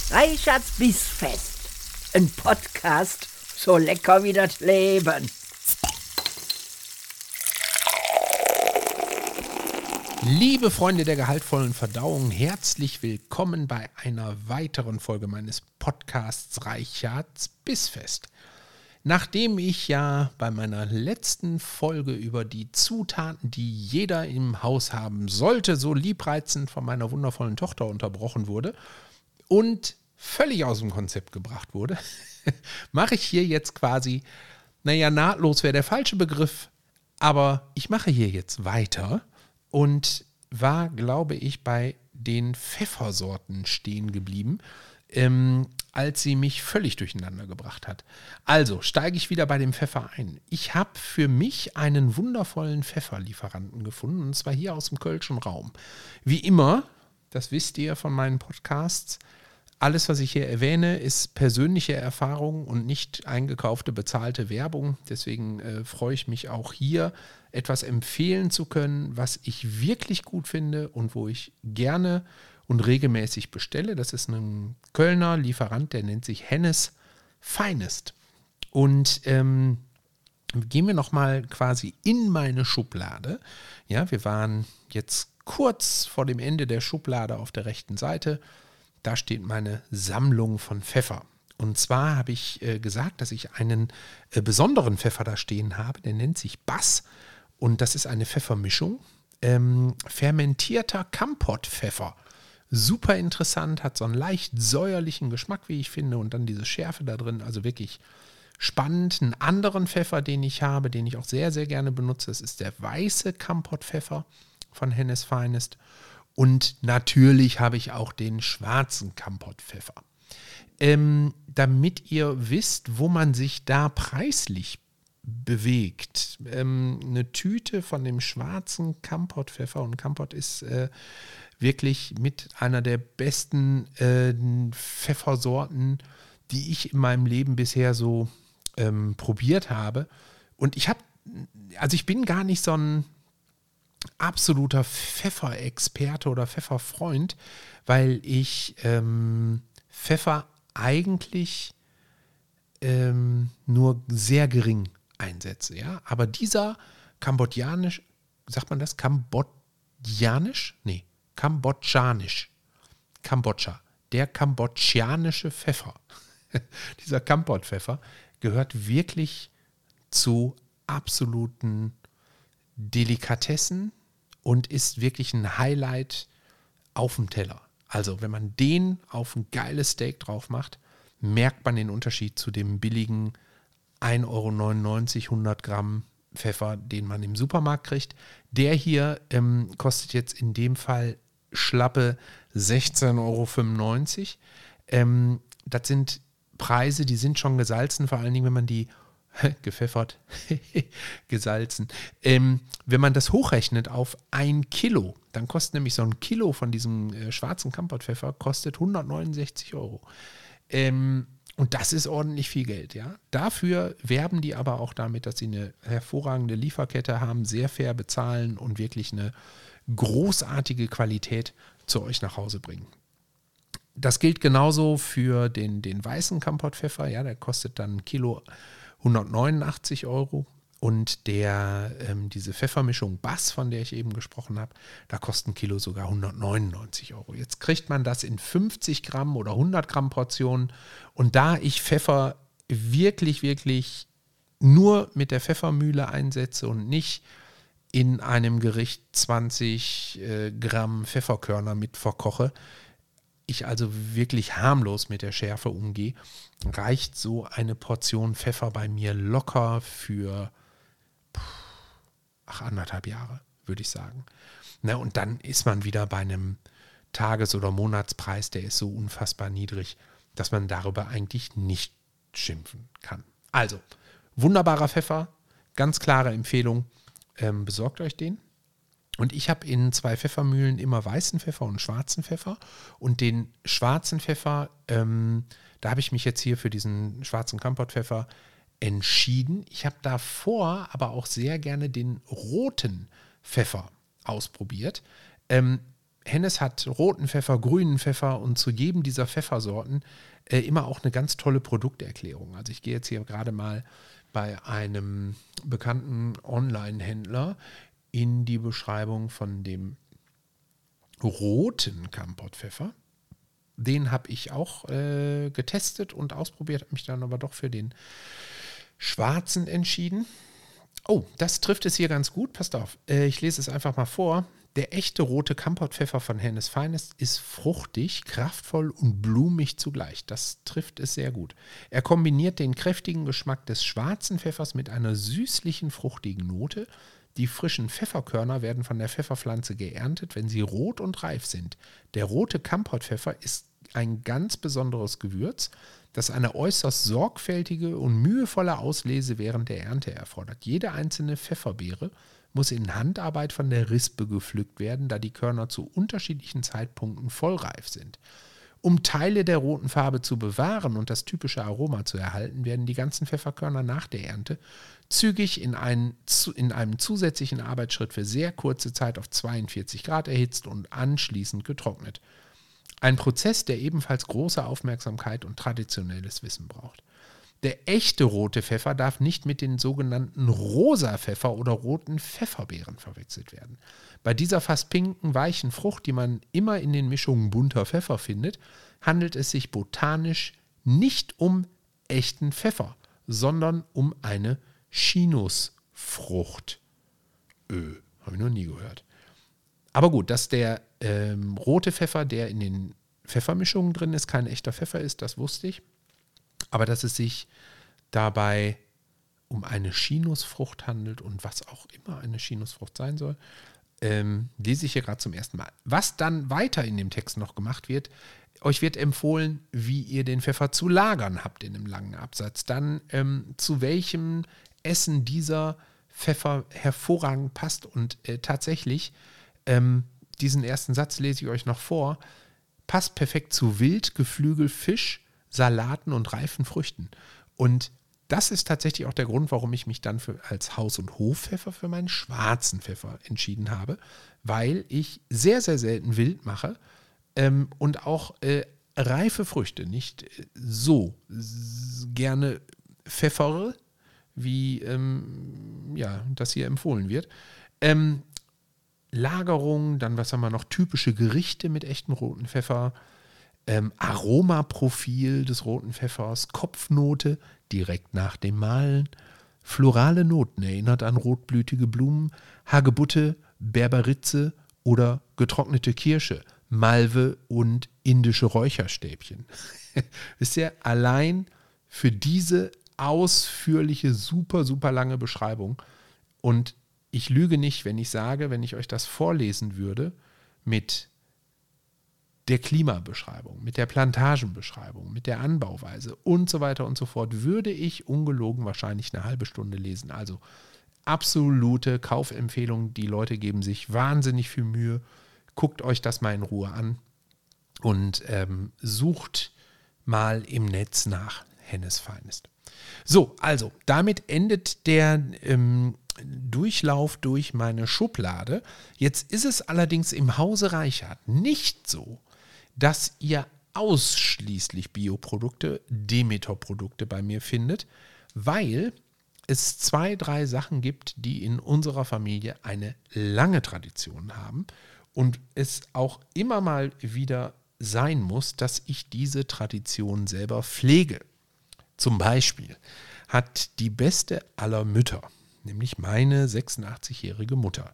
Reichards Bissfest. Ein Podcast so lecker wie das Leben. Liebe Freunde der gehaltvollen Verdauung, herzlich willkommen bei einer weiteren Folge meines Podcasts Reichards Bissfest. Nachdem ich ja bei meiner letzten Folge über die Zutaten, die jeder im Haus haben sollte, so liebreizend von meiner wundervollen Tochter unterbrochen wurde und völlig aus dem Konzept gebracht wurde, mache ich hier jetzt quasi, nahtlos wäre der falsche Begriff, aber ich mache hier jetzt weiter und war, glaube ich, bei den Pfeffersorten stehen geblieben, als sie mich völlig durcheinander gebracht hat. Also steige ich wieder bei dem Pfeffer ein. Ich habe für mich einen wundervollen Pfefferlieferanten gefunden, und zwar hier aus dem Kölschen Raum. Wie immer, das wisst ihr von meinen Podcasts, alles, was ich hier erwähne, ist persönliche Erfahrung und nicht eingekaufte, bezahlte Werbung. Deswegen freue ich mich auch hier, etwas empfehlen zu können, was ich wirklich gut finde und wo ich gerne und regelmäßig bestelle. Das ist ein Kölner Lieferant, der nennt sich Hennes Finest. Und gehen wir nochmal quasi in meine Schublade. Ja, wir waren jetzt kurz vor dem Ende der Schublade auf der rechten Seite. Da steht meine Sammlung von Pfeffer. Und zwar habe ich gesagt, dass ich einen besonderen Pfeffer da stehen habe. Der nennt sich Bass. Und das ist eine Pfeffermischung. Fermentierter Kampotpfeffer. Super interessant, hat so einen leicht säuerlichen Geschmack, wie ich finde, und dann diese Schärfe da drin, also wirklich spannend. Einen anderen Pfeffer, den ich habe, den ich auch sehr, sehr gerne benutze, das ist der weiße Kampotpfeffer von Hennes Finest. Und natürlich habe ich auch den schwarzen Kampotpfeffer. Damit ihr wisst, wo man sich da preislich bewegt. Eine Tüte von dem schwarzen Kampotpfeffer, und Kampot ist wirklich mit einer der besten Pfeffersorten, die ich in meinem Leben bisher so probiert habe. Und ich bin gar nicht so ein absoluter Pfefferexperte oder Pfefferfreund, weil ich Pfeffer eigentlich nur sehr gering einsetze. Ja? Aber dieser kambodschanisch, sagt man das? Kambodschanisch? Nee. Kambodschanisch. Kambodscha. Der kambodschanische Pfeffer. Dieser Kampotpfeffer gehört wirklich zu absoluten Delikatessen und ist wirklich ein Highlight auf dem Teller. Also wenn man den auf ein geiles Steak drauf macht, merkt man den Unterschied zu dem billigen 1,99 € 100 Gramm Pfeffer, den man im Supermarkt kriegt. Der hier kostet jetzt in dem Fall schlappe 16,95 €. Das sind Preise, die sind schon gesalzen, vor allen Dingen, wenn man die gepfeffert, gesalzen. Wenn man das hochrechnet auf 1 Kilo, dann kostet nämlich so ein Kilo von diesem schwarzen Kampotpfeffer kostet 169 €. Und das ist ordentlich viel Geld, ja. Dafür werben die aber auch damit, dass sie eine hervorragende Lieferkette haben, sehr fair bezahlen und wirklich eine großartige Qualität zu euch nach Hause bringen. Das gilt genauso für den weißen Kampotpfeffer, ja, der kostet dann ein Kilo 189 €. Und diese Pfeffermischung Bass, von der ich eben gesprochen habe, da kostet ein Kilo sogar 199 €. Jetzt kriegt man das in 50 Gramm oder 100 Gramm Portionen. Und da ich Pfeffer wirklich, wirklich nur mit der Pfeffermühle einsetze und nicht in einem Gericht 20 Gramm Pfefferkörner mit verkoche, ich also wirklich harmlos mit der Schärfe umgehe, reicht so eine Portion Pfeffer bei mir locker für 1,5 Jahre, würde ich sagen. Und dann ist man wieder bei einem Tages- oder Monatspreis, der ist so unfassbar niedrig, dass man darüber eigentlich nicht schimpfen kann. Also, wunderbarer Pfeffer, ganz klare Empfehlung, besorgt euch den. Und ich habe in 2 Pfeffermühlen immer weißen Pfeffer und schwarzen Pfeffer. Und den schwarzen Pfeffer, da habe ich mich jetzt hier für diesen schwarzen Kampotpfeffer entschieden. Ich habe davor aber auch sehr gerne den roten Pfeffer ausprobiert. Hennes hat roten Pfeffer, grünen Pfeffer und zu jedem dieser Pfeffersorten immer auch eine ganz tolle Produkterklärung. Also ich gehe jetzt hier gerade mal bei einem bekannten Online-Händler in die Beschreibung von dem roten Kampotpfeffer. Den habe ich auch getestet und ausprobiert, habe mich dann aber doch für den schwarzen entschieden. Oh, das trifft es hier ganz gut. Passt auf, ich lese es einfach mal vor. Der echte rote Kampotpfeffer von Hennes Finest ist fruchtig, kraftvoll und blumig zugleich. Das trifft es sehr gut. Er kombiniert den kräftigen Geschmack des schwarzen Pfeffers mit einer süßlichen, fruchtigen Note. Die frischen Pfefferkörner werden von der Pfefferpflanze geerntet, wenn sie rot und reif sind. Der rote Kampotpfeffer ist ein ganz besonderes Gewürz, das eine äußerst sorgfältige und mühevolle Auslese während der Ernte erfordert. Jede einzelne Pfefferbeere muss in Handarbeit von der Rispe gepflückt werden, da die Körner zu unterschiedlichen Zeitpunkten vollreif sind. Um Teile der roten Farbe zu bewahren und das typische Aroma zu erhalten, werden die ganzen Pfefferkörner nach der Ernte zügig in einem zusätzlichen Arbeitsschritt für sehr kurze Zeit auf 42 Grad erhitzt und anschließend getrocknet. Ein Prozess, der ebenfalls große Aufmerksamkeit und traditionelles Wissen braucht. Der echte rote Pfeffer darf nicht mit den sogenannten rosa Pfeffer oder roten Pfefferbeeren verwechselt werden. Bei dieser fast pinken, weichen Frucht, die man immer in den Mischungen bunter Pfeffer findet, handelt es sich botanisch nicht um echten Pfeffer, sondern um eine Chinusfrucht. Habe ich noch nie gehört. Aber gut, dass der rote Pfeffer, der in den Pfeffermischungen drin ist, kein echter Pfeffer ist, das wusste ich. Aber dass es sich dabei um eine Chinusfrucht handelt und was auch immer eine Chinusfrucht sein soll, lese ich hier gerade zum ersten Mal. Was dann weiter in dem Text noch gemacht wird, euch wird empfohlen, wie ihr den Pfeffer zu lagern habt in einem langen Absatz. Dann zu welchem Essen dieser Pfeffer hervorragend passt. Und tatsächlich, diesen ersten Satz lese ich euch noch vor, passt perfekt zu Wild, Geflügel, Fisch, Salaten und reifen Früchten. Und das ist tatsächlich auch der Grund, warum ich mich dann als Haus- und Hofpfeffer für meinen schwarzen Pfeffer entschieden habe, weil ich sehr, sehr selten Wild mache und auch reife Früchte nicht so gerne pfeffere, wie das hier empfohlen wird. Lagerung, dann was haben wir noch, typische Gerichte mit echtem roten Pfeffer, Aromaprofil des roten Pfeffers, Kopfnote direkt nach dem Mahlen, florale Noten erinnert an rotblütige Blumen, Hagebutte, Berberitze oder getrocknete Kirsche, Malve und indische Räucherstäbchen. Wisst ihr, allein für diese ausführliche, super, super lange Beschreibung, und ich lüge nicht, wenn ich sage, wenn ich euch das vorlesen würde mit der Klimabeschreibung, mit der Plantagenbeschreibung, mit der Anbauweise und so weiter und so fort, würde ich ungelogen wahrscheinlich eine halbe Stunde lesen. Also absolute Kaufempfehlung. Die Leute geben sich wahnsinnig viel Mühe. Guckt euch das mal in Ruhe an und sucht mal im Netz nach Hennes Finest. So, also damit endet der Durchlauf durch meine Schublade. Jetzt ist es allerdings im Hause Reichhardt nicht so, dass ihr ausschließlich Bioprodukte, Demeter-Produkte bei mir findet, weil es 2, 3 Sachen gibt, die in unserer Familie eine lange Tradition haben und es auch immer mal wieder sein muss, dass ich diese Tradition selber pflege. Zum Beispiel hat die beste aller Mütter, nämlich meine 86-jährige Mutter,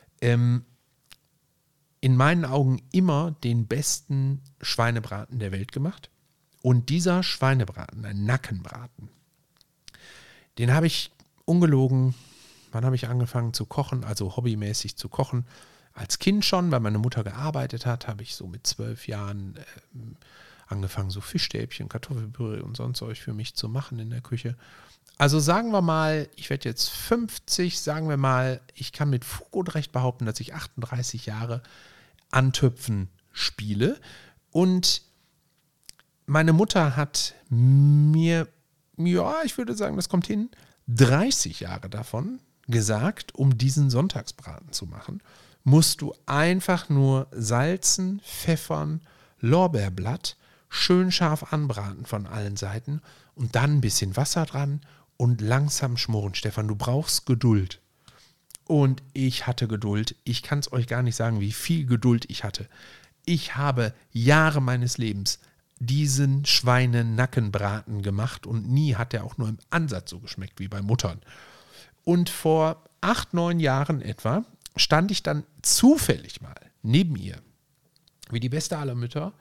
in meinen Augen immer den besten Schweinebraten der Welt gemacht. Und dieser Schweinebraten, ein Nackenbraten, den habe ich ungelogen, wann habe ich angefangen zu kochen, also hobbymäßig zu kochen? Als Kind schon, weil meine Mutter gearbeitet hat, habe ich so mit 12 Jahren angefangen, so Fischstäbchen, Kartoffelpüree und sonst Zeug für mich zu machen in der Küche. Also sagen wir mal, ich werde jetzt 50, sagen wir mal, ich kann mit Fug und Recht behaupten, dass ich 38 Jahre an Töpfen spiele. Und meine Mutter hat mir, ja, ich würde sagen, das kommt hin, 30 Jahre davon gesagt, um diesen Sonntagsbraten zu machen. musst du einfach nur salzen, pfeffern, Lorbeerblatt, schön scharf anbraten von allen Seiten und dann ein bisschen Wasser dran und langsam schmoren. Stefan, du brauchst Geduld. Und ich hatte Geduld. Ich kann es euch gar nicht sagen, wie viel Geduld ich hatte. Ich habe Jahre meines Lebens diesen Schweinenackenbraten gemacht und nie hat er auch nur im Ansatz so geschmeckt wie bei Muttern. Und vor 8, 9 Jahren etwa stand ich dann zufällig mal neben ihr, wie die beste aller Mütter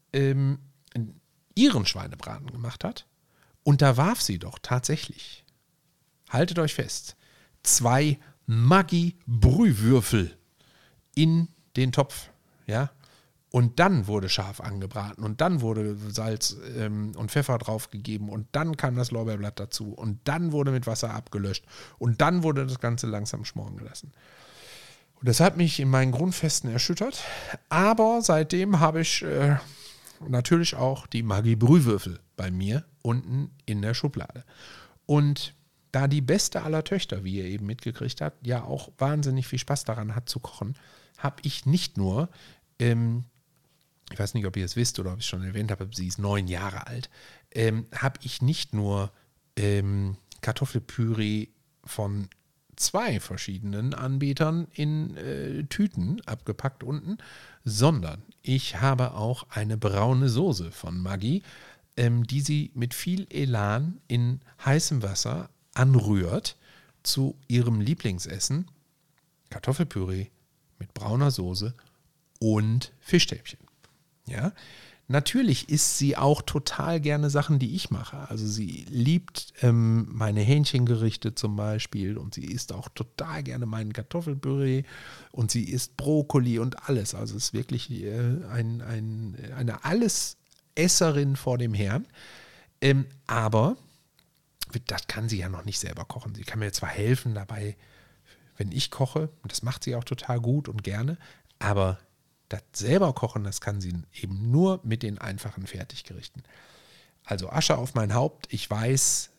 ihren Schweinebraten gemacht hat. Und da warf sie doch tatsächlich, haltet euch fest, 2 Maggi-Brühwürfel in den Topf, ja. Und dann wurde scharf angebraten und dann wurde Salz und Pfeffer draufgegeben und dann kam das Lorbeerblatt dazu und dann wurde mit Wasser abgelöscht und dann wurde das Ganze langsam schmoren gelassen. Und das hat mich in meinen Grundfesten erschüttert, aber seitdem habe ich natürlich auch die Maggi-Brühwürfel bei mir unten in der Schublade. Und da die beste aller Töchter, wie ihr eben mitgekriegt habt, ja auch wahnsinnig viel Spaß daran hat zu kochen, habe ich nicht nur ich weiß nicht, ob ihr es wisst oder ob ich es schon erwähnt habe, sie ist 9 Jahre alt, habe ich nicht nur Kartoffelpüree von 2 verschiedenen Anbietern in Tüten abgepackt unten, sondern ich habe auch eine braune Soße von Maggi, die sie mit viel Elan in heißem Wasser anrührt zu ihrem Lieblingsessen, Kartoffelpüree mit brauner Soße und Fischstäbchen. Ja, natürlich isst sie auch total gerne Sachen, die ich mache. Also sie liebt meine Hähnchengerichte zum Beispiel und sie isst auch total gerne meinen Kartoffelpüree und sie isst Brokkoli und alles. Also es ist wirklich eine Allesesserin vor dem Herrn. Aber das kann sie ja noch nicht selber kochen. Sie kann mir zwar helfen dabei, wenn ich koche, und das macht sie auch total gut und gerne, aber das selber kochen, das kann sie eben nur mit den einfachen Fertiggerichten. Also Asche auf mein Haupt, ich weiß,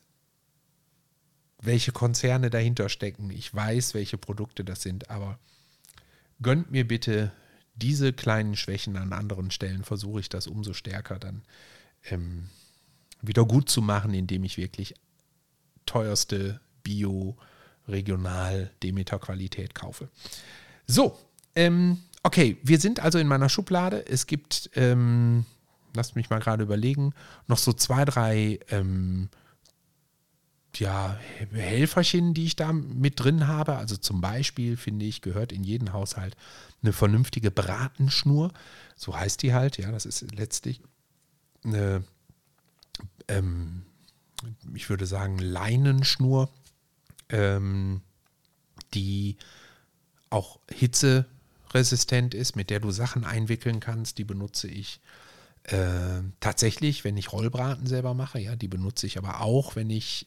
welche Konzerne dahinter stecken, ich weiß, welche Produkte das sind, aber gönnt mir bitte diese kleinen Schwächen an anderen Stellen, versuche ich das umso stärker dann wieder gut zu machen, indem ich wirklich teuerste Bio, Regional, Demeter-Qualität kaufe. So, okay, wir sind also in meiner Schublade. Es gibt, lasst mich mal gerade überlegen, noch so 2, 3 Helferchen, die ich da mit drin habe. Also zum Beispiel, finde ich, gehört in jeden Haushalt eine vernünftige Bratenschnur. So heißt die halt, ja, das ist letztlich eine, ich würde sagen, Leinenschnur, die auch hitzeresistent ist, mit der du Sachen einwickeln kannst. Die benutze ich tatsächlich, wenn ich Rollbraten selber mache. Ja, die benutze ich aber auch, wenn ich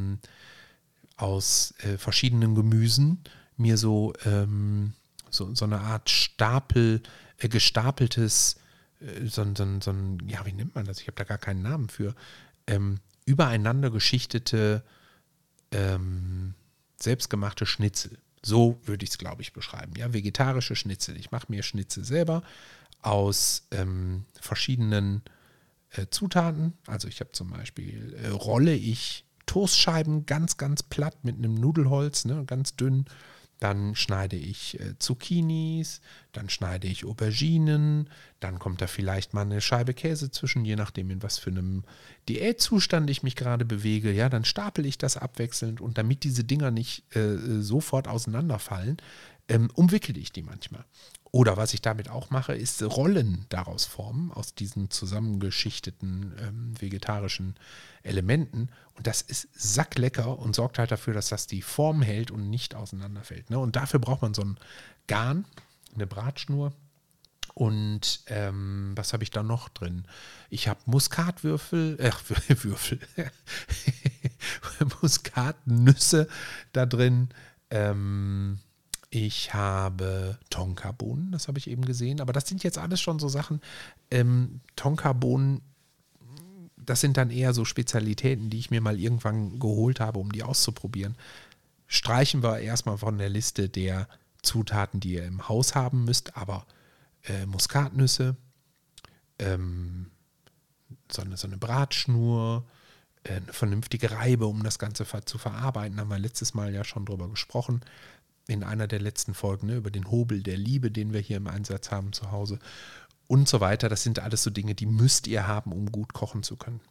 aus verschiedenen Gemüsen mir so eine Art gestapeltes, ja, wie nennt man das? Ich habe da gar keinen Namen für. Übereinander geschichtete, selbstgemachte Schnitzel. So würde ich es, glaube ich, beschreiben. Ja, vegetarische Schnitzel. Ich mache mir Schnitzel selber aus verschiedenen Zutaten. Also ich habe zum Beispiel, rolle ich Toastscheiben ganz, ganz platt mit einem Nudelholz, ne, ganz dünn. Dann schneide ich Zucchinis, dann schneide ich Auberginen, dann kommt da vielleicht mal eine Scheibe Käse zwischen, je nachdem, in was für einem Diätzustand ich mich gerade bewege. Ja, dann stapel ich das abwechselnd und damit diese Dinger nicht sofort auseinanderfallen, umwickele ich die manchmal. Oder was ich damit auch mache, ist Rollen daraus formen, aus diesen zusammengeschichteten vegetarischen Elementen. Und das ist sacklecker und sorgt halt dafür, dass das die Form hält und nicht auseinanderfällt. Ne? Und dafür braucht man so ein Garn, eine Bratschnur. Und was habe ich da noch drin? Ich habe Muskatwürfel, Muskatnüsse da drin. Ich habe Tonkabohnen, das habe ich eben gesehen. Aber das sind jetzt alles schon so Sachen. Tonkabohnen, das sind dann eher so Spezialitäten, die ich mir mal irgendwann geholt habe, um die auszuprobieren. Streichen wir erstmal von der Liste der Zutaten, die ihr im Haus haben müsst, aber Muskatnüsse, so eine Bratschnur, eine vernünftige Reibe, um das Ganze zu verarbeiten. Haben wir letztes Mal ja schon drüber gesprochen, in einer der letzten Folgen, ne, über den Hobel der Liebe, den wir hier im Einsatz haben zu Hause und so weiter. Das sind alles so Dinge, die müsst ihr haben, um gut kochen zu können.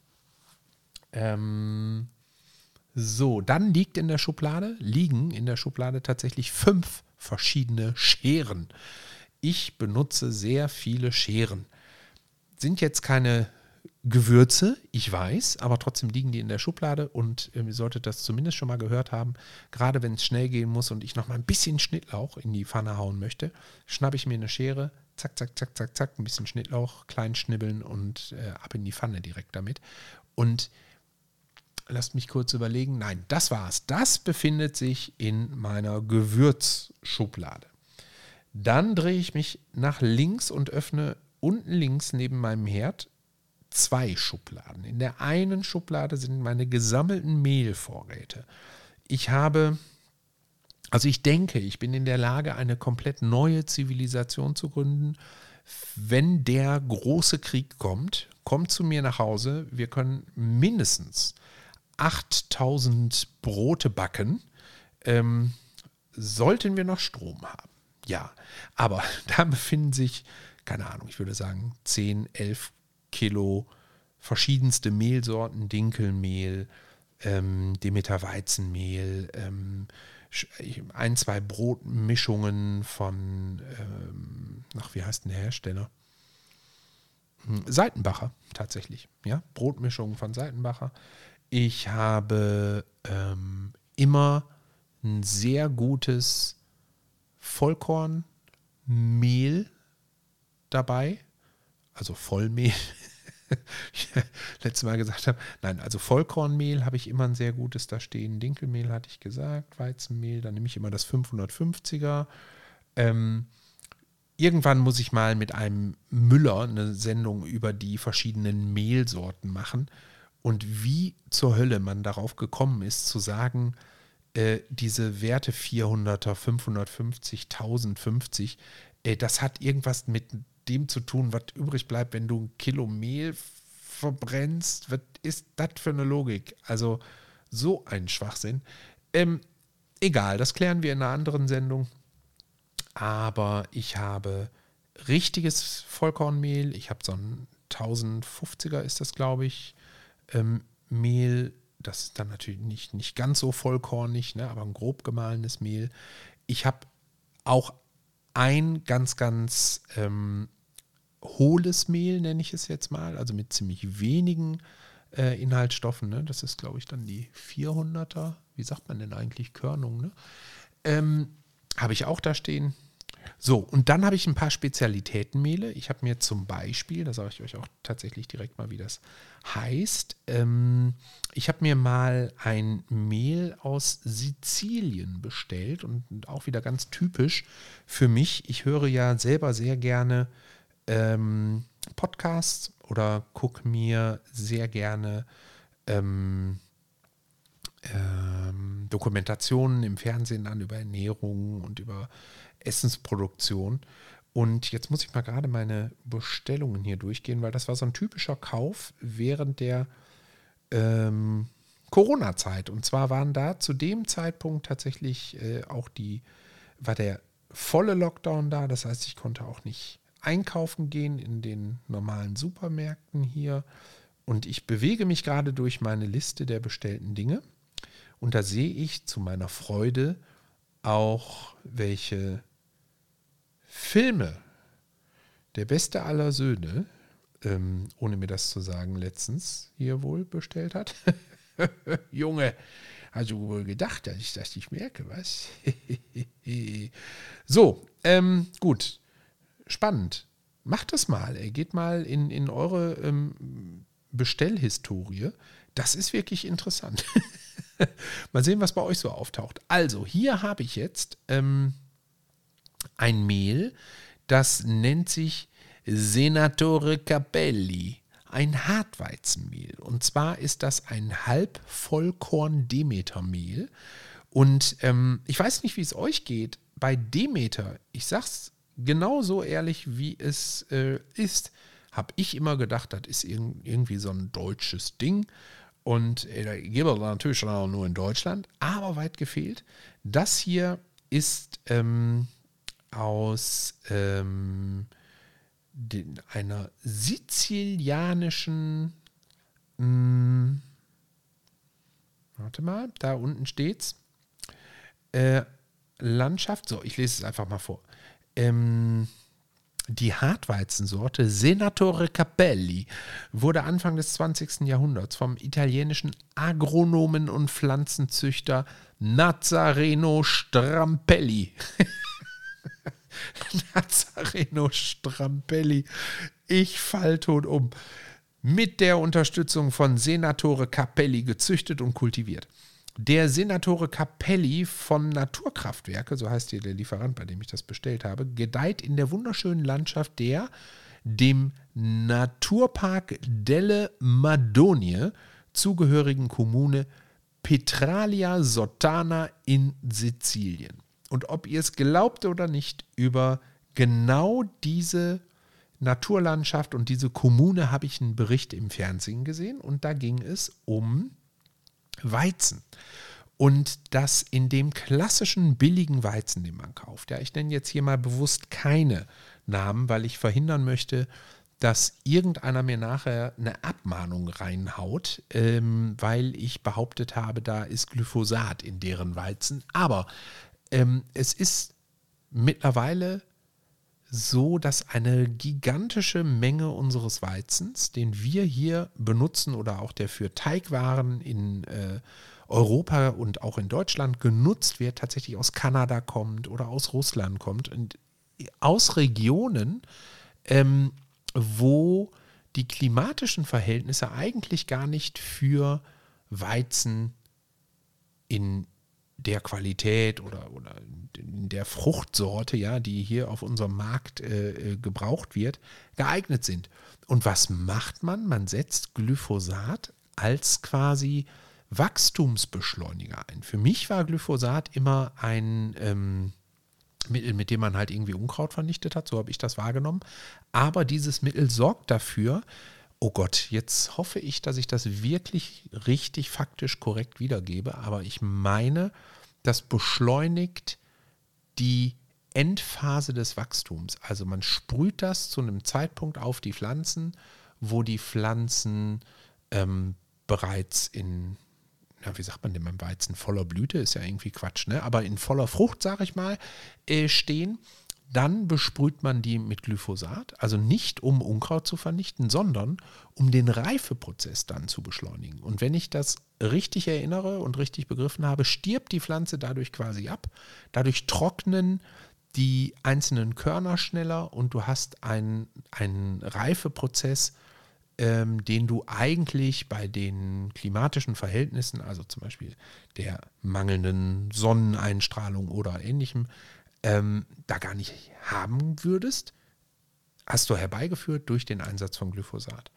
So, dann liegen in der Schublade tatsächlich 5 verschiedene Scheren. Ich benutze sehr viele Scheren. Sind jetzt keine Gewürze, ich weiß, aber trotzdem liegen die in der Schublade und ihr solltet das zumindest schon mal gehört haben. Gerade wenn es schnell gehen muss und ich noch mal ein bisschen Schnittlauch in die Pfanne hauen möchte, schnappe ich mir eine Schere, zack, zack, zack, zack, zack, ein bisschen Schnittlauch, klein schnibbeln und ab in die Pfanne direkt damit. Und lasst mich kurz überlegen. Nein, das war's. Das befindet sich in meiner Gewürzschublade. Dann drehe ich mich nach links und öffne unten links neben meinem Herd 2 Schubladen. In der einen Schublade sind meine gesammelten Mehlvorräte. Ich denke, ich bin in der Lage, eine komplett neue Zivilisation zu gründen. Wenn der große Krieg kommt zu mir nach Hause. Wir können mindestens 8000 Brote backen, sollten wir noch Strom haben. Ja, aber da befinden sich, keine Ahnung, ich würde sagen 10, 11 Kilo verschiedenste Mehlsorten, Dinkelmehl, Demeter Weizenmehl, 1, 2 Brotmischungen von, wie heißt denn der Hersteller? Seitenbacher tatsächlich, ja, Brotmischungen von Seitenbacher. Ich habe immer ein sehr gutes Vollkornmehl dabei, also Vollmehl. Letztes Mal gesagt habe, nein, also Vollkornmehl habe ich immer ein sehr gutes da stehen. Dinkelmehl hatte ich gesagt, Weizenmehl, dann nehme ich immer das 550er. Irgendwann muss ich mal mit einem Müller eine Sendung über die verschiedenen Mehlsorten machen und wie zur Hölle man darauf gekommen ist, zu sagen, diese Werte 400er, 550, 1050, das hat irgendwas mit dem zu tun, was übrig bleibt, wenn du ein Kilo Mehl verbrennst. Was ist das für eine Logik? Also so ein Schwachsinn. Egal, das klären wir in einer anderen Sendung. Aber ich habe richtiges Vollkornmehl. Ich habe so ein 1050er ist das, glaube ich, Mehl. Das ist dann natürlich nicht ganz so vollkornig, ne, aber ein grob gemahlenes Mehl. Ich habe auch ein ganz, ganz hohles Mehl, nenne ich es jetzt mal, also mit ziemlich wenigen Inhaltsstoffen. Ne? Das ist, glaube ich, dann die 400er. Wie sagt man denn eigentlich? Körnung, ne? Habe ich auch da stehen. So, und dann habe ich ein paar Spezialitätenmehle. Ich habe mir zum Beispiel, da sage ich euch auch tatsächlich direkt mal, wie das heißt, ich habe mir mal ein Mehl aus Sizilien bestellt und auch wieder ganz typisch für mich. Ich höre ja selber sehr gerne Podcasts oder gucke mir sehr gerne Dokumentationen im Fernsehen an über Ernährung und über Essensproduktion. Und jetzt muss ich mal gerade meine Bestellungen hier durchgehen, weil das war so ein typischer Kauf während der Corona-Zeit. Und zwar waren da zu dem Zeitpunkt tatsächlich war der volle Lockdown da. Das heißt, ich konnte auch nicht einkaufen gehen in den normalen Supermärkten hier. Und ich bewege mich gerade durch meine Liste der bestellten Dinge. Und da sehe ich zu meiner Freude auch, welche Filme der beste aller Söhne, ohne mir das zu sagen, letztens hier wohl bestellt hat. Junge, hast du wohl gedacht, dass ich das nicht merke, was? So, gut, spannend. Macht das mal. Geht mal in eure Bestellhistorie. Das ist wirklich interessant. Mal sehen, was bei euch so auftaucht. Also, hier habe ich jetzt ein Mehl, das nennt sich Senatore Capelli, ein Hartweizenmehl. Und zwar ist das ein Halbvollkorn-Demeter-Mehl. Und ich weiß nicht, wie es euch geht bei Demeter, ich sag's genauso ehrlich, wie es ist, habe ich immer gedacht, das ist irgendwie so ein deutsches Ding. Und da gibt es natürlich schon auch nur in Deutschland, aber weit gefehlt. Das hier ist aus einer sizilianischen, warte mal, da unten steht's, Landschaft, so, ich lese es einfach mal vor. Die Hartweizensorte Senatore Capelli wurde Anfang des 20. Jahrhunderts vom italienischen Agronomen und Pflanzenzüchter Nazareno Strampelli. Nazareno Strampelli. Ich fall tot um. Mit der Unterstützung von Senatore Capelli gezüchtet und kultiviert. Der Senatore Capelli von Naturkraftwerke, so heißt hier der Lieferant, bei dem ich das bestellt habe, gedeiht in der wunderschönen Landschaft dem Naturpark delle Madonie zugehörigen Kommune Petralia Sottana in Sizilien. Und ob ihr es glaubt oder nicht, über genau diese Naturlandschaft und diese Kommune habe ich einen Bericht im Fernsehen gesehen und da ging es um Weizen. Und das in dem klassischen billigen Weizen, den man kauft. Ja, ich nenne jetzt hier mal bewusst keine Namen, weil ich verhindern möchte, dass irgendeiner mir nachher eine Abmahnung reinhaut, weil ich behauptet habe, da ist Glyphosat in deren Weizen. Aber es ist mittlerweile so, dass eine gigantische Menge unseres Weizens, den wir hier benutzen oder auch der für Teigwaren in Europa und auch in Deutschland genutzt wird, tatsächlich aus Kanada kommt oder aus Russland kommt und aus Regionen, wo die klimatischen Verhältnisse eigentlich gar nicht für Weizen in der Qualität oder in der Fruchtsorte, ja, die hier auf unserem Markt gebraucht wird, geeignet sind. Und was macht man? Man setzt Glyphosat als quasi Wachstumsbeschleuniger ein. Für mich war Glyphosat immer ein Mittel, mit dem man halt irgendwie Unkraut vernichtet hat, so habe ich das wahrgenommen. Aber dieses Mittel sorgt dafür, oh Gott, jetzt hoffe ich, dass ich das wirklich richtig faktisch korrekt wiedergebe, aber ich meine, das beschleunigt die Endphase des Wachstums. Also man sprüht das zu einem Zeitpunkt auf die Pflanzen, wo die Pflanzen bereits in, wie sagt man denn beim Weizen, voller Blüte, ist ja irgendwie Quatsch, ne? Aber in voller Frucht, sage ich mal, stehen. Dann besprüht man die mit Glyphosat, also nicht um Unkraut zu vernichten, sondern um den Reifeprozess dann zu beschleunigen. Und wenn ich das richtig erinnere und richtig begriffen habe, stirbt die Pflanze dadurch quasi ab. Dadurch trocknen die einzelnen Körner schneller und du hast einen Reifeprozess, den du eigentlich bei den klimatischen Verhältnissen, also zum Beispiel der mangelnden Sonneneinstrahlung oder ähnlichem, da gar nicht haben würdest, hast du herbeigeführt durch den Einsatz von Glyphosat.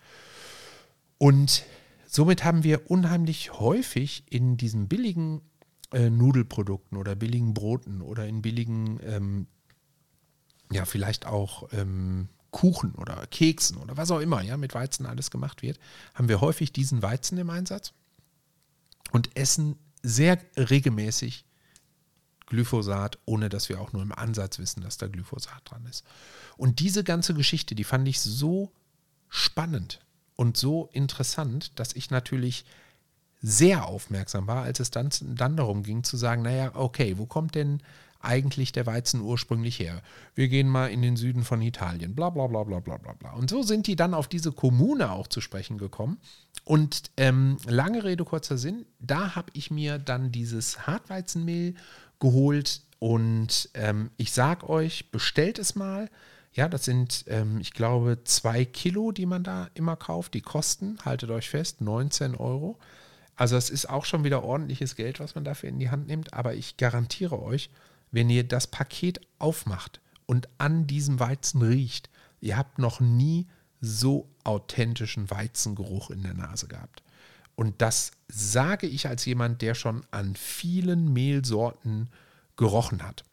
Und somit haben wir unheimlich häufig in diesen billigen Nudelprodukten oder billigen Broten oder in billigen, vielleicht auch Kuchen oder Keksen oder was auch immer, ja, mit Weizen alles gemacht wird, haben wir häufig diesen Weizen im Einsatz und essen sehr regelmäßig Glyphosat, ohne dass wir auch nur im Ansatz wissen, dass da Glyphosat dran ist. Und diese ganze Geschichte, die fand ich so spannend und so interessant, dass ich natürlich sehr aufmerksam war, als es dann darum ging zu sagen, naja, okay, wo kommt denn eigentlich der Weizen ursprünglich her? Wir gehen mal in den Süden von Italien, bla bla bla bla bla bla bla. Und so sind die dann auf diese Kommune auch zu sprechen gekommen. Und lange Rede, kurzer Sinn, da habe ich mir dann dieses Hartweizenmehl geholt und ich sag euch, bestellt es mal. Ja, das sind, ich glaube, 2 Kilo, die man da immer kauft. Die kosten, haltet euch fest, 19 Euro. Also es ist auch schon wieder ordentliches Geld, was man dafür in die Hand nimmt. Aber ich garantiere euch, wenn ihr das Paket aufmacht und an diesem Weizen riecht, ihr habt noch nie so authentischen Weizengeruch in der Nase gehabt. Und das sage ich als jemand, der schon an vielen Mehlsorten gerochen hat.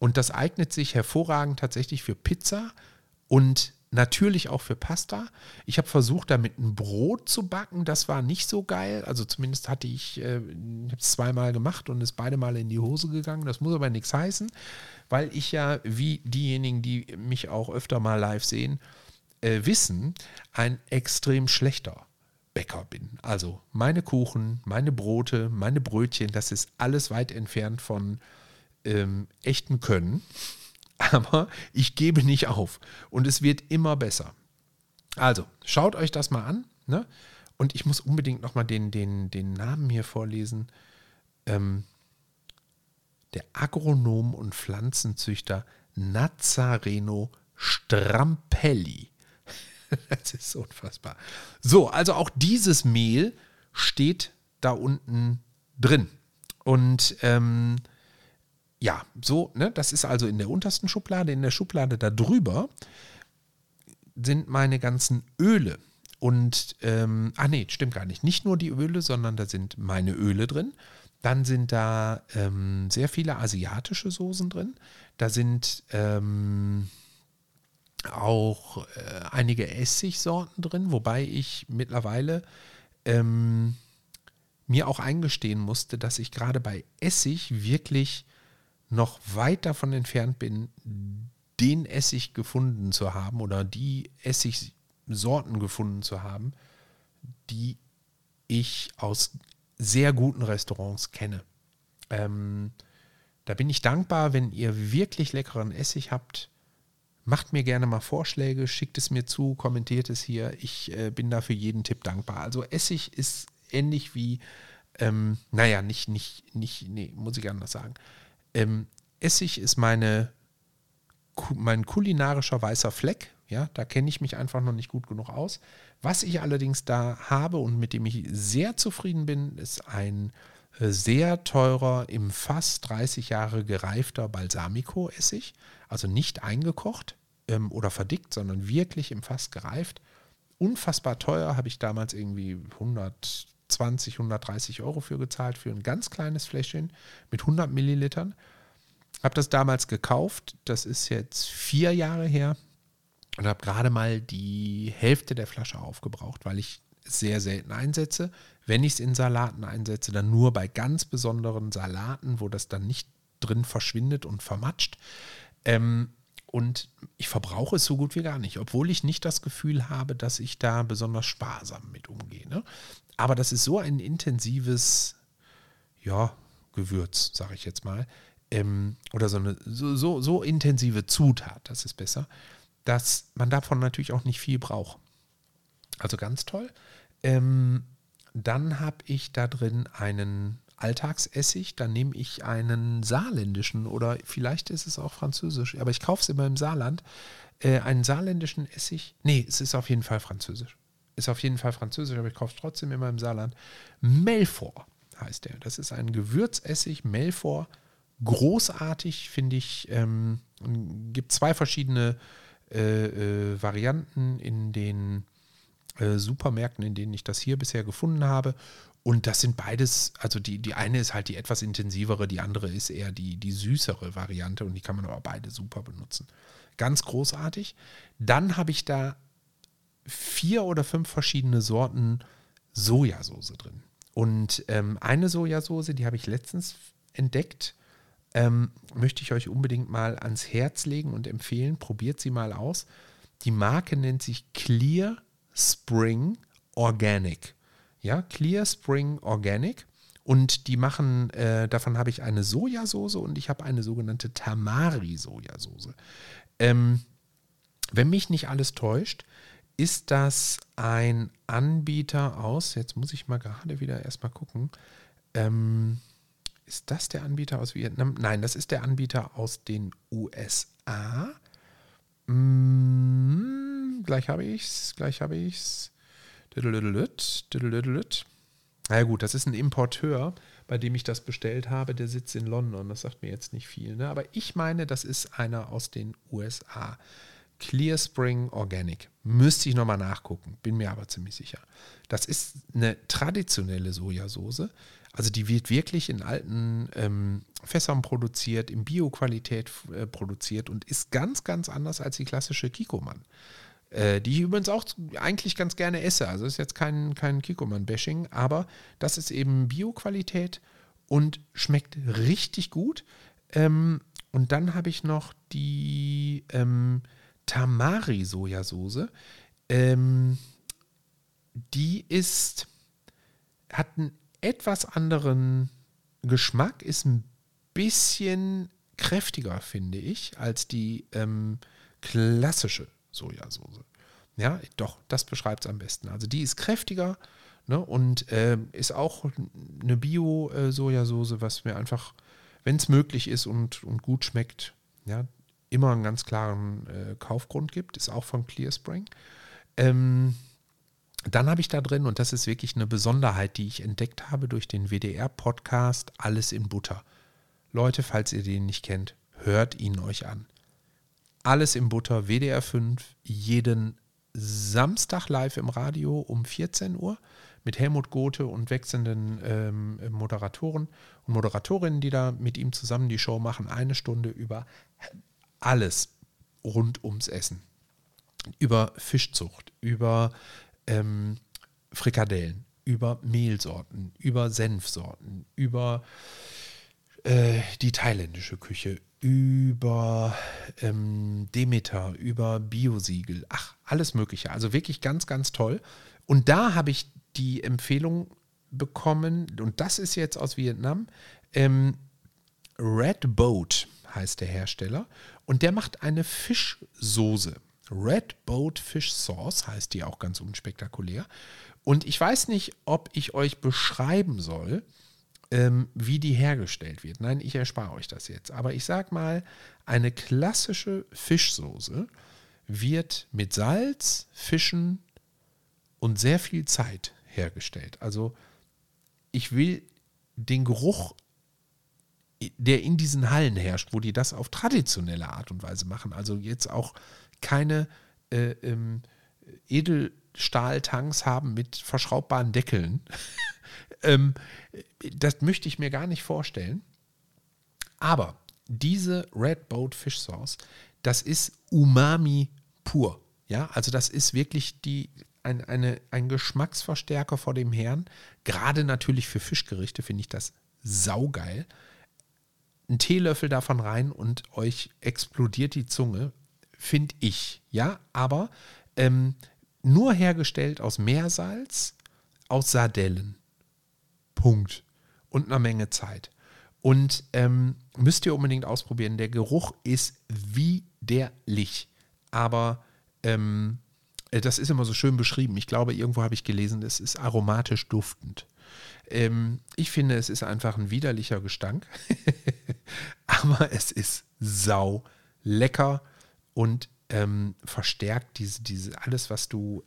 Und das eignet sich hervorragend tatsächlich für Pizza und natürlich auch für Pasta. Ich habe versucht, damit ein Brot zu backen. Das war nicht so geil. Also zumindest habe es zweimal gemacht und ist beide Male in die Hose gegangen. Das muss aber nichts heißen, weil ich ja, wie diejenigen, die mich auch öfter mal live sehen, wissen, ein extrem schlechter Bäcker bin. Also meine Kuchen, meine Brote, meine Brötchen, das ist alles weit entfernt von echten Können. Aber ich gebe nicht auf und es wird immer besser. Also, schaut euch das mal an. Ne? Und ich muss unbedingt nochmal den Namen hier vorlesen. Der Agronom und Pflanzenzüchter Nazzareno Strampelli. Das ist unfassbar. So, also auch dieses Mehl steht da unten drin. Und ja, so, ne, das ist also in der untersten Schublade. In der Schublade da drüber sind meine ganzen Öle. Und, nee, stimmt gar nicht. Nicht nur die Öle, sondern da sind meine Öle drin. Dann sind da sehr viele asiatische Soßen drin. Da sind auch einige Essigsorten drin, wobei ich mittlerweile mir auch eingestehen musste, dass ich gerade bei Essig wirklich noch weit davon entfernt bin, den Essig gefunden zu haben oder die Essigsorten gefunden zu haben, die ich aus sehr guten Restaurants kenne. Da bin ich dankbar, wenn ihr wirklich leckeren Essig habt. Macht mir gerne mal Vorschläge, schickt es mir zu, kommentiert es hier. Ich bin da für jeden Tipp dankbar. Also Essig ist ähnlich wie, muss ich anders sagen. Essig ist mein kulinarischer weißer Fleck. Ja, da kenne ich mich einfach noch nicht gut genug aus. Was ich allerdings da habe und mit dem ich sehr zufrieden bin, ist ein sehr teurer, im Fass 30 Jahre gereifter Balsamico-Essig. Also nicht eingekocht oder verdickt, sondern wirklich im Fass gereift. Unfassbar teuer, habe ich damals irgendwie 120, 130 Euro für gezahlt, für ein ganz kleines Fläschchen mit 100 Millilitern. Habe das damals gekauft, das ist jetzt 4 Jahre her und habe gerade mal die Hälfte der Flasche aufgebraucht, weil ich es sehr selten einsetze. Wenn ich es in Salaten einsetze, dann nur bei ganz besonderen Salaten, wo das dann nicht drin verschwindet und vermatscht. Und ich verbrauche es so gut wie gar nicht, obwohl ich nicht das Gefühl habe, dass ich da besonders sparsam mit umgehe. Ne? Aber das ist so ein intensives, Gewürz, sage ich jetzt mal, oder so intensive Zutat, das ist besser, dass man davon natürlich auch nicht viel braucht. Also ganz toll. Dann habe ich da drin einen Alltagsessig, dann nehme ich einen saarländischen oder vielleicht ist es auch französisch, aber ich kaufe es immer im Saarland, einen saarländischen Essig. Nee, es ist auf jeden Fall französisch. Aber ich kaufe es trotzdem immer im Saarland. Melfort heißt der. Das ist ein Gewürzessig, Melfort. Großartig, finde ich. Gibt 2 verschiedene Varianten in den Supermärkten, in denen ich das hier bisher gefunden habe. Und das sind beides, also die eine ist halt die etwas intensivere, die andere ist eher die süßere Variante und die kann man aber beide super benutzen. Ganz großartig. Dann habe ich da 4 oder 5 verschiedene Sorten Sojasauce drin. Und eine Sojasauce, die habe ich letztens entdeckt, möchte ich euch unbedingt mal ans Herz legen und empfehlen. Probiert sie mal aus. Die Marke nennt sich Clear Spring Organic. Ja, Clear Spring Organic. Und die machen, davon habe ich eine Sojasauce und ich habe eine sogenannte Tamari-Sojasauce. Wenn mich nicht alles täuscht, ist das ein Anbieter aus, jetzt muss ich mal gerade wieder erstmal gucken, ist das der Anbieter aus Vietnam? Nein, das ist der Anbieter aus den USA. Gleich habe ich's. Na ja gut, das ist ein Importeur, bei dem ich das bestellt habe. Der sitzt in London. Das sagt mir jetzt nicht viel. Ne? Aber ich meine, das ist einer aus den USA. Clear Spring Organic. Müsste ich nochmal nachgucken. Bin mir aber ziemlich sicher. Das ist eine traditionelle Sojasauce. Also die wird wirklich in alten Fässern produziert, in Bio-Qualität produziert und ist ganz, ganz anders als die klassische Kikkoman. Die ich übrigens auch eigentlich ganz gerne esse. Also ist jetzt kein Kikkoman-Bashing, aber das ist eben Bio-Qualität und schmeckt richtig gut. Und dann habe ich noch die Tamari-Sojasauce. Die hat einen etwas anderen Geschmack, ist ein bisschen kräftiger, finde ich, als die klassische Sojasauce. Ja, doch, das beschreibt es am besten. Also die ist kräftiger, ne, und ist auch eine Bio-Sojasauce, was mir einfach, wenn es möglich ist und gut schmeckt, ja, immer einen ganz klaren Kaufgrund gibt. Ist auch von Clearspring. Dann habe ich da drin, und das ist wirklich eine Besonderheit, die ich entdeckt habe durch den WDR-Podcast, Alles in Butter. Leute, falls ihr den nicht kennt, hört ihn euch an. Alles in Butter, WDR 5, jeden Samstag live im Radio um 14 Uhr mit Helmut Gothe und wechselnden Moderatoren und Moderatorinnen, die da mit ihm zusammen die Show machen. 1 Stunde über alles rund ums Essen. Über Fischzucht, über Frikadellen, über Mehlsorten, über Senfsorten, über die thailändische Küche, über Demeter, über Biosiegel, alles Mögliche. Also wirklich ganz, ganz toll. Und da habe ich die Empfehlung bekommen, und das ist jetzt aus Vietnam, Red Boat heißt der Hersteller, und der macht eine Fischsoße. Red Boat Fish Sauce heißt die auch ganz unspektakulär. Und ich weiß nicht, ob ich euch beschreiben soll, wie die hergestellt wird. Nein, ich erspare euch das jetzt. Aber ich sage mal, eine klassische Fischsoße wird mit Salz, Fischen und sehr viel Zeit hergestellt. Also ich will den Geruch, der in diesen Hallen herrscht, wo die das auf traditionelle Art und Weise machen, also jetzt auch keine Edelstahltanks haben mit verschraubbaren Deckeln. Das möchte ich mir gar nicht vorstellen. Aber diese Red Boat Fish Sauce, das ist Umami pur. Ja, also das ist wirklich ein Geschmacksverstärker vor dem Herrn. Gerade natürlich für Fischgerichte finde ich das saugeil. Ein Teelöffel davon rein und euch explodiert die Zunge, finde ich. Ja, aber nur hergestellt aus Meersalz, aus Sardellen. Punkt. Und einer Menge Zeit. Und müsst ihr unbedingt ausprobieren. Der Geruch ist widerlich. Aber das ist immer so schön beschrieben. Ich glaube, irgendwo habe ich gelesen, es ist aromatisch duftend. Ich finde, es ist einfach ein widerlicher Gestank. Aber es ist sau lecker und verstärkt diese alles, was du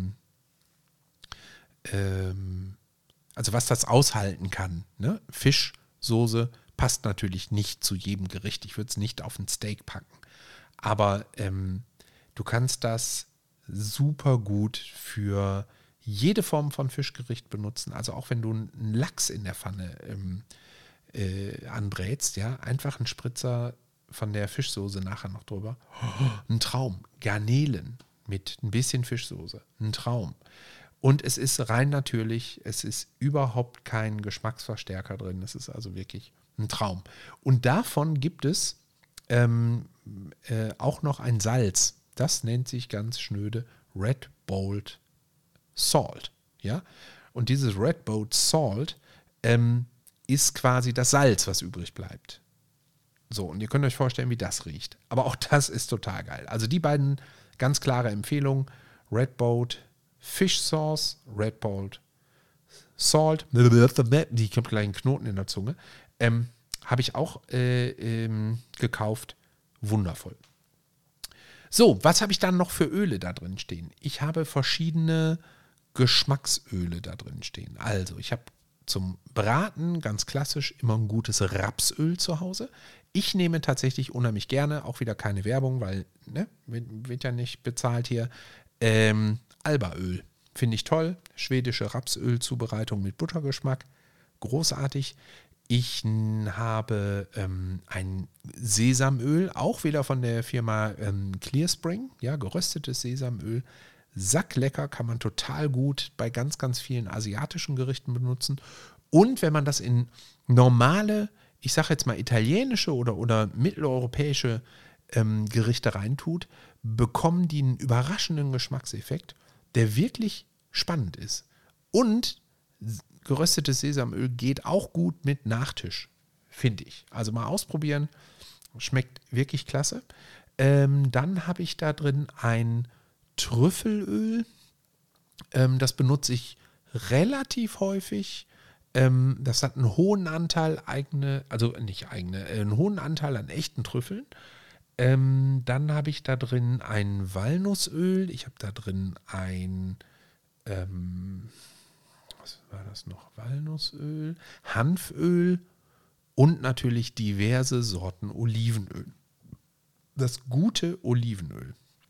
also was das aushalten kann. Ne? Fischsoße passt natürlich nicht zu jedem Gericht. Ich würde es nicht auf ein Steak packen. Aber du kannst das super gut für jede Form von Fischgericht benutzen. Also auch wenn du einen Lachs in der Pfanne anbrätst, ja, einfach einen Spritzer von der Fischsoße nachher noch drüber. Ein Traum. Garnelen mit ein bisschen Fischsoße. Ein Traum. Und es ist rein natürlich, es ist überhaupt kein Geschmacksverstärker drin. Es ist also wirklich ein Traum. Und davon gibt es auch noch ein Salz. Das nennt sich ganz schnöde Red Boat Salt. Ja? Und dieses Red Boat Salt ist quasi das Salz, was übrig bleibt. So, und ihr könnt euch vorstellen, wie das riecht. Aber auch das ist total geil. Also die beiden ganz klare Empfehlungen. Red Boat Fish Sauce, Red Boat Salt. Die kommt gleich einen Knoten in der Zunge. Habe ich auch gekauft. Wundervoll. So, was habe ich dann noch für Öle da drin stehen? Ich habe verschiedene Geschmacksöle da drin stehen. Also, ich habe zum Braten ganz klassisch immer ein gutes Rapsöl zu Hause. Ich nehme tatsächlich unheimlich gerne, auch wieder keine Werbung, weil, ne, wird ja nicht bezahlt hier, Albaöl. Finde ich toll. Schwedische Rapsölzubereitung mit Buttergeschmack. großartig. Ich habe ein Sesamöl, auch wieder von der Firma Clearspring, ja, geröstetes Sesamöl. Sacklecker, kann man total gut bei ganz, ganz vielen asiatischen Gerichten benutzen. Und wenn man das in normale, ich sage jetzt mal italienische oder mitteleuropäische Gerichte reintut, bekommen die einen überraschenden Geschmackseffekt, der wirklich spannend ist. Und geröstetes Sesamöl geht auch gut mit Nachtisch, finde ich. Also mal ausprobieren, schmeckt wirklich klasse. Dann habe ich da drin ein Trüffelöl. Das benutze ich relativ häufig. Das hat einen hohen Anteil einen hohen Anteil an echten Trüffeln. Dann habe ich da drin ein Walnussöl. Ich habe da drin ein was war das noch? Walnussöl, Hanföl und natürlich diverse Sorten Olivenöl. Das gute Olivenöl.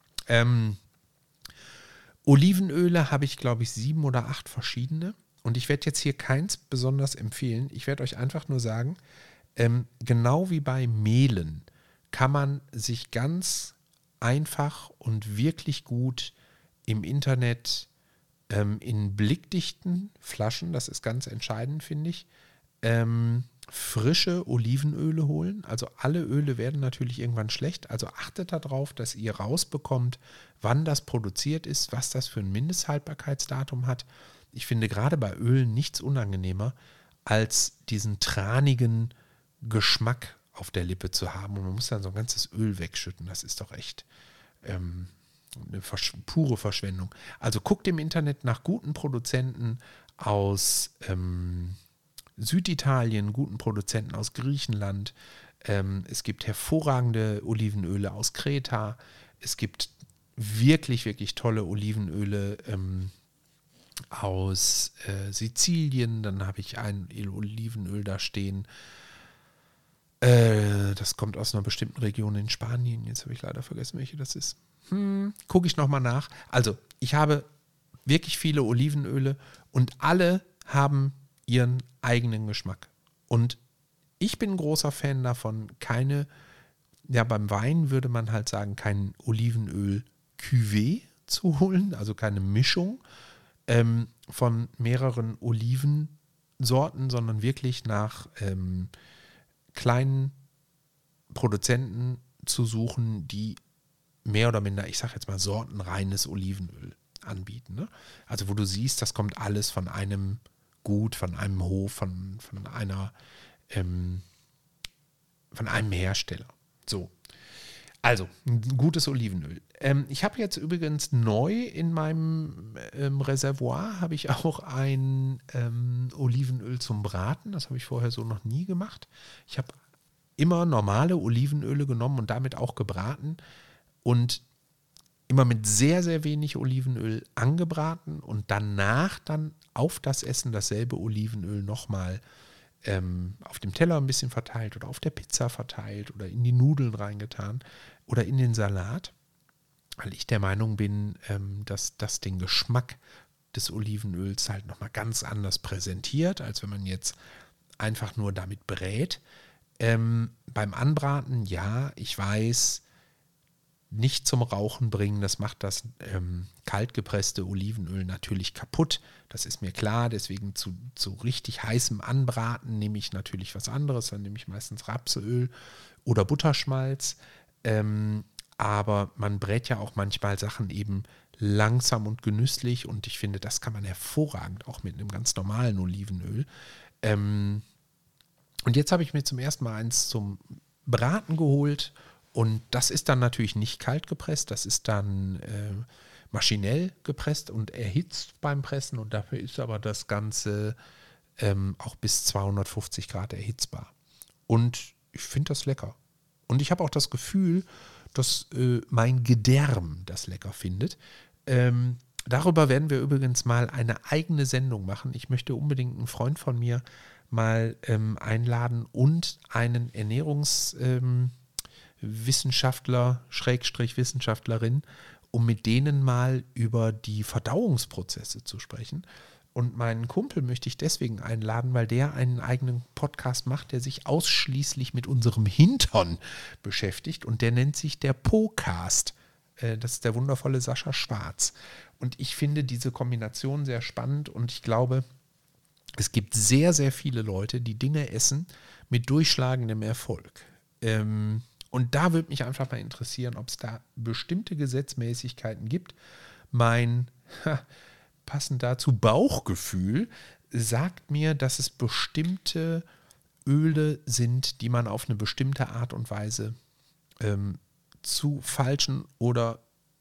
Olivenöle habe ich, glaube ich, 7 oder 8 verschiedene. Und ich werde jetzt hier keins besonders empfehlen. Ich werde euch einfach nur sagen, genau wie bei Mehlen kann man sich ganz einfach und wirklich gut im Internet in blickdichten Flaschen, das ist ganz entscheidend, finde ich, frische Olivenöle holen. Also alle Öle werden natürlich irgendwann schlecht. Also achtet darauf, dass ihr rausbekommt, wann das produziert ist, was das für ein Mindesthaltbarkeitsdatum hat. Ich finde gerade bei Ölen nichts unangenehmer, als diesen tranigen Geschmack auf der Lippe zu haben. Und man muss dann so ein ganzes Öl wegschütten. Das ist doch echt eine pure Verschwendung. Also guckt im Internet nach guten Produzenten aus Süditalien, guten Produzenten aus Griechenland. Es gibt hervorragende Olivenöle aus Kreta. Es gibt wirklich, wirklich tolle Olivenöle aus Sizilien. Dann habe ich ein Olivenöl da stehen. Das kommt aus einer bestimmten Region in Spanien. Jetzt habe ich leider vergessen, welche das ist. Gucke ich nochmal nach. Also, ich habe wirklich viele Olivenöle und alle haben ihren eigenen Geschmack. Und ich bin ein großer Fan davon, beim Wein würde man halt sagen, kein Olivenöl-Cuvée zu holen, also keine Mischung von mehreren Olivensorten, sondern wirklich nach kleinen Produzenten zu suchen, die mehr oder minder, ich sage jetzt mal, sortenreines Olivenöl anbieten. Ne? Also wo du siehst, das kommt alles von einem Gut, von einem Hof, von einem Hersteller. So. Also, ein gutes Olivenöl. Ich habe jetzt übrigens neu in meinem Reservoir habe ich auch ein Olivenöl zum Braten. Das habe ich vorher so noch nie gemacht. Ich habe immer normale Olivenöle genommen und damit auch gebraten und immer mit sehr, sehr wenig Olivenöl angebraten und danach dann auf das Essen dasselbe Olivenöl nochmal auf dem Teller ein bisschen verteilt oder auf der Pizza verteilt oder in die Nudeln reingetan oder in den Salat, weil ich der Meinung bin, dass das den Geschmack des Olivenöls halt nochmal ganz anders präsentiert, als wenn man jetzt einfach nur damit brät. Beim Anbraten, ja, ich weiß, nicht zum Rauchen bringen, das macht das kaltgepresste Olivenöl natürlich kaputt. Das ist mir klar, deswegen zu richtig heißem Anbraten nehme ich natürlich was anderes, dann nehme ich meistens Rapsöl oder Butterschmalz. Aber man brät ja auch manchmal Sachen eben langsam und genüsslich und ich finde, das kann man hervorragend auch mit einem ganz normalen Olivenöl. Und jetzt habe ich mir zum ersten Mal eins zum Braten geholt. Und das ist dann natürlich nicht kalt gepresst, das ist dann maschinell gepresst und erhitzt beim Pressen und dafür ist aber das Ganze auch bis 250 Grad erhitzbar. Und ich finde das lecker. Und ich habe auch das Gefühl, dass mein Gedärm das lecker findet. Darüber werden wir übrigens mal eine eigene Sendung machen. Ich möchte unbedingt einen Freund von mir mal einladen und einen Ernährungswissenschaftler, Wissenschaftlerin, um mit denen mal über die Verdauungsprozesse zu sprechen. Und meinen Kumpel möchte ich deswegen einladen, weil der einen eigenen Podcast macht, der sich ausschließlich mit unserem Hintern beschäftigt. Und der nennt sich der Po-Cast. Das ist der wundervolle Sascha Schwarz. Und ich finde diese Kombination sehr spannend. Und ich glaube, es gibt sehr, sehr viele Leute, die Dinge essen mit durchschlagendem Erfolg. Und da würde mich einfach mal interessieren, ob es da bestimmte Gesetzmäßigkeiten gibt. Mein passend dazu Bauchgefühl sagt mir, dass es bestimmte Öle sind, die man auf eine bestimmte Art und Weise zu falschen oder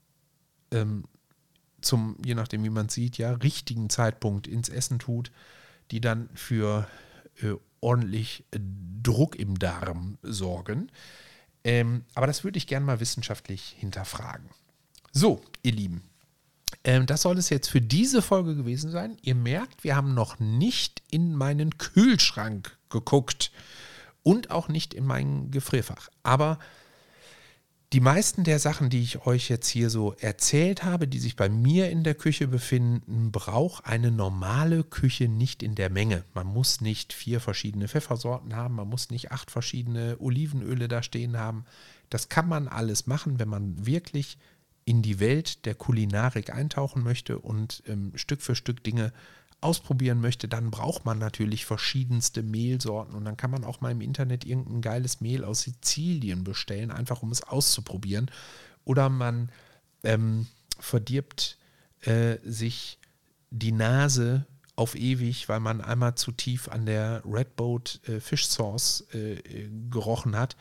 zum, je nachdem wie man sieht, ja, richtigen Zeitpunkt ins Essen tut, die dann für ordentlich Druck im Darm sorgen. Aber das würde ich gerne mal wissenschaftlich hinterfragen. So, ihr Lieben. Das soll es jetzt für diese Folge gewesen sein. Ihr merkt, wir haben noch nicht in meinen Kühlschrank geguckt und auch nicht in mein Gefrierfach. Aber die meisten der Sachen, die ich euch jetzt hier so erzählt habe, die sich bei mir in der Küche befinden, braucht eine normale Küche nicht in der Menge. Man muss nicht 4 verschiedene Pfeffersorten haben, man muss nicht 8 verschiedene Olivenöle da stehen haben. Das kann man alles machen, wenn man wirklich in die Welt der Kulinarik eintauchen möchte und Stück für Stück Dinge ausprobieren möchte, dann braucht man natürlich verschiedenste Mehlsorten und dann kann man auch mal im Internet irgendein geiles Mehl aus Sizilien bestellen, einfach um es auszuprobieren. Oder man verdirbt sich die Nase auf ewig, weil man einmal zu tief an der Redboat Fish Sauce gerochen hat.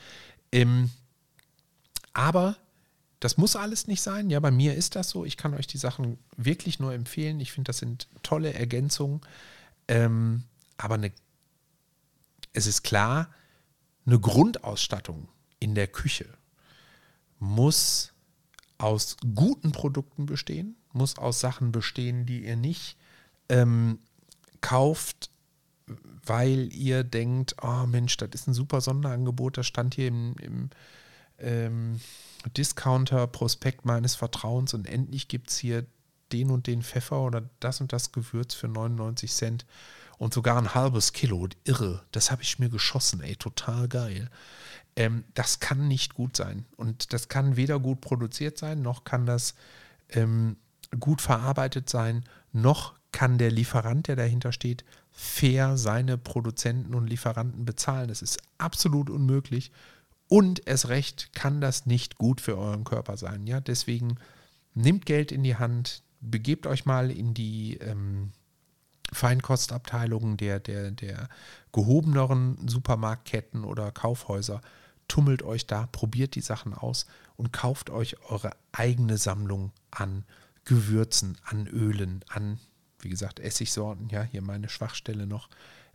Aber das muss alles nicht sein. Ja, bei mir ist das so. Ich kann euch die Sachen wirklich nur empfehlen. Ich finde, das sind tolle Ergänzungen. Aber es ist klar, eine Grundausstattung in der Küche muss aus guten Produkten bestehen, muss aus Sachen bestehen, die ihr nicht kauft, weil ihr denkt, oh Mensch, das ist ein super Sonderangebot, das stand hier im Discounter-Prospekt meines Vertrauens und endlich gibt es hier den und den Pfeffer oder das und das Gewürz für 99 Cent und sogar ein halbes Kilo. Irre, das habe ich mir geschossen, ey, total geil. Das kann nicht gut sein und das kann weder gut produziert sein, noch kann das gut verarbeitet sein, noch kann der Lieferant, der dahinter steht, fair seine Produzenten und Lieferanten bezahlen. Das ist absolut unmöglich. Und erst recht kann das nicht gut für euren Körper sein. Ja? Deswegen nehmt Geld in die Hand, begebt euch mal in die Feinkostabteilungen der gehobeneren Supermarktketten oder Kaufhäuser. Tummelt euch da, probiert die Sachen aus und kauft euch eure eigene Sammlung an Gewürzen, an Ölen, an, wie gesagt, Essigsorten, ja, hier meine Schwachstelle noch,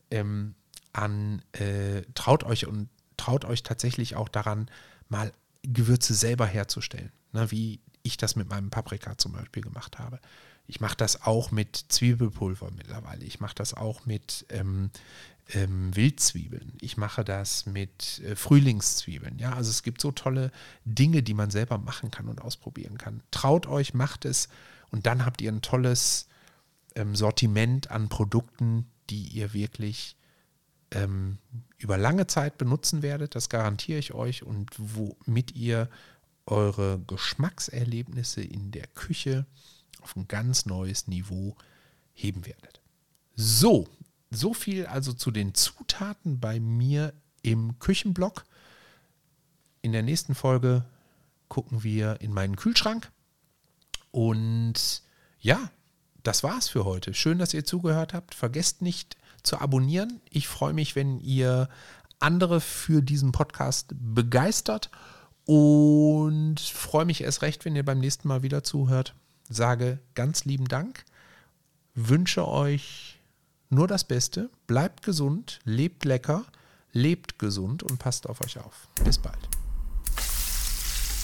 traut euch tatsächlich auch daran, mal Gewürze selber herzustellen, ne, wie ich das mit meinem Paprika zum Beispiel gemacht habe. Ich mache das auch mit Zwiebelpulver mittlerweile. Ich mache das auch mit Wildzwiebeln. Ich mache das mit Frühlingszwiebeln. Ja, also es gibt so tolle Dinge, die man selber machen kann und ausprobieren kann. Traut euch, macht es und dann habt ihr ein tolles Sortiment an Produkten, die ihr wirklich über lange Zeit benutzen werdet, das garantiere ich euch, und womit ihr eure Geschmackserlebnisse in der Küche auf ein ganz neues Niveau heben werdet. So viel also zu den Zutaten bei mir im Küchenblock. In der nächsten Folge gucken wir in meinen Kühlschrank und ja, das war's für heute. Schön, dass ihr zugehört habt. Vergesst nicht zu abonnieren. Ich freue mich, wenn ihr andere für diesen Podcast begeistert und freue mich erst recht, wenn ihr beim nächsten Mal wieder zuhört. Sage ganz lieben Dank, wünsche euch nur das Beste, bleibt gesund, lebt lecker, lebt gesund und passt auf euch auf. Bis bald.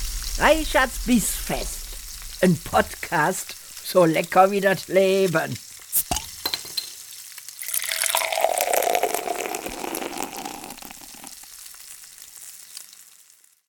Reichards Bissfest, ein Podcast so lecker wie das Leben.